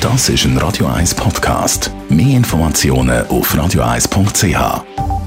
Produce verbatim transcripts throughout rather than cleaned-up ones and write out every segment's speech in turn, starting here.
Das ist ein Radio eins Podcast. Mehr Informationen auf radio eins punkt c h.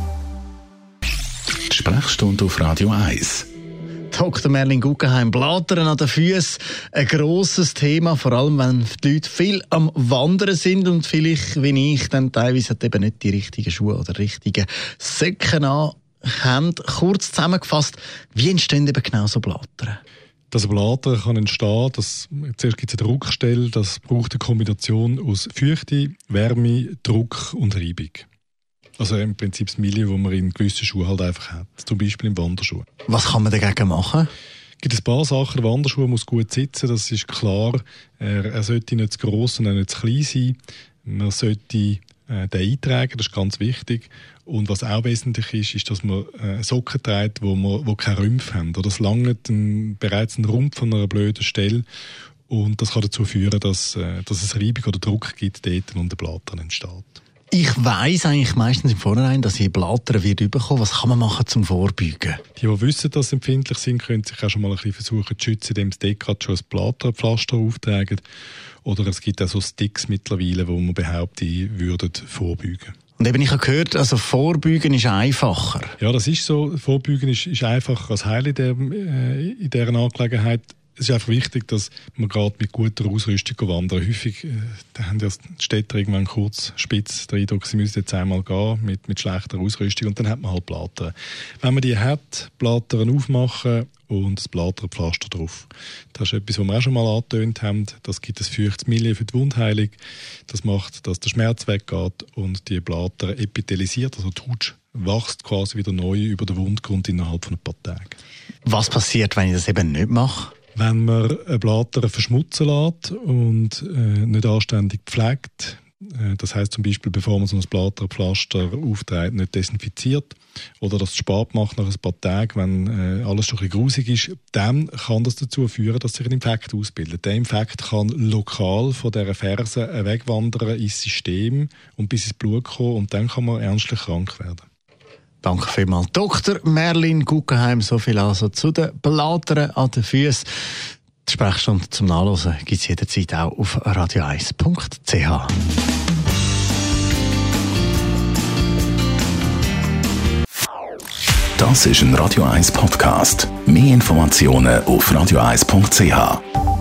Sprechstunde auf Radio eins. Doktor Merlin Guggenheim, Blattern an den Füßen, ein grosses Thema, vor allem wenn die Leute viel am Wandern sind und vielleicht, wie ich, dann teilweise eben nicht die richtigen Schuhe oder richtigen Socken an haben. Kurz zusammengefasst, wie entstehen eben genau so Blattern? Das Blattern kann entstehen, das, zuerst gibt es eine Druckstelle, das braucht eine Kombination aus Feuchte, Wärme, Druck und Reibung. Also im Prinzip das Milieu, das man in gewissen Schuhen halt einfach hat, zum Beispiel im Wanderschuh. Was kann man dagegen machen? Es gibt ein paar Sachen. Der Wanderschuh muss gut sitzen, das ist klar. Er, er sollte nicht zu gross und auch nicht zu klein sein. Man sollte äh, den eintragen, das ist ganz wichtig. Und was auch wesentlich ist, ist, dass man äh, Socken trägt, wo, man, wo keine Rümpfe haben. Oder es langt ein, bereits ein Rumpf an einer blöden Stelle. Und das kann dazu führen, dass, äh, dass es Reibung oder Druck gibt dort und der Blattern entsteht. Ich weiss eigentlich meistens im Vorhinein, dass ich Blattern wird bekommen. Was kann man machen zum Vorbeugen? Die, die wissen, dass sie empfindlich sind, können sich auch schon mal ein bisschen versuchen zu schützen, indem sie dort gerade schon ein Blatternpflaster auftragen. Oder es gibt auch so Sticks mittlerweile, wo man behauptet, die würden vorbeugen. Und eben, ich habe gehört, also Vorbeugen ist einfacher. Ja, das ist so. Vorbeugen ist, ist einfacher als Heilen in, der, äh, in dieser Angelegenheit. Es ist einfach wichtig, dass man gerade mit guter Ausrüstung wandert. Häufig äh, da haben ja die Städter irgendwann kurz spitz den Eindruck, sie müssen jetzt einmal gehen mit, mit schlechter Ausrüstung und dann hat man halt Blattern. Wenn man die hat, Blattern aufmachen und das Blatternpflaster drauf. Das ist etwas, was wir auch schon mal angetönt haben. Das gibt ein feuchtes Milieu für die Wundheilung. Das macht, dass der Schmerz weggeht und die Blattern epithelisiert, also die Haut wächst quasi wieder neu über den Wundgrund innerhalb von ein paar Tagen. Was passiert, wenn ich das eben nicht mache? Wenn man ein Blattern verschmutzen lässt und äh, nicht anständig pflegt, äh, das heisst zum Beispiel, bevor man so ein Blatternpflaster aufträgt, nicht desinfiziert oder das spät macht nach ein paar Tagen, wenn äh, alles schon ein bisschen grusig ist, dann kann das dazu führen, dass sich ein Infekt ausbildet. Der Infekt kann lokal von dieser Ferse wegwandern ins System und bis ins Blut kommen und dann kann man ernstlich krank werden. Danke vielmals, Doktor Merlin Guggenheim. So viel also zu den Blattern an den Füßen. Die Sprechstunde zum Nachlesen gibt es jederzeit auch auf radio eins punkt c h. Das ist ein Radio eins Podcast. Mehr Informationen auf radio eins punkt c h.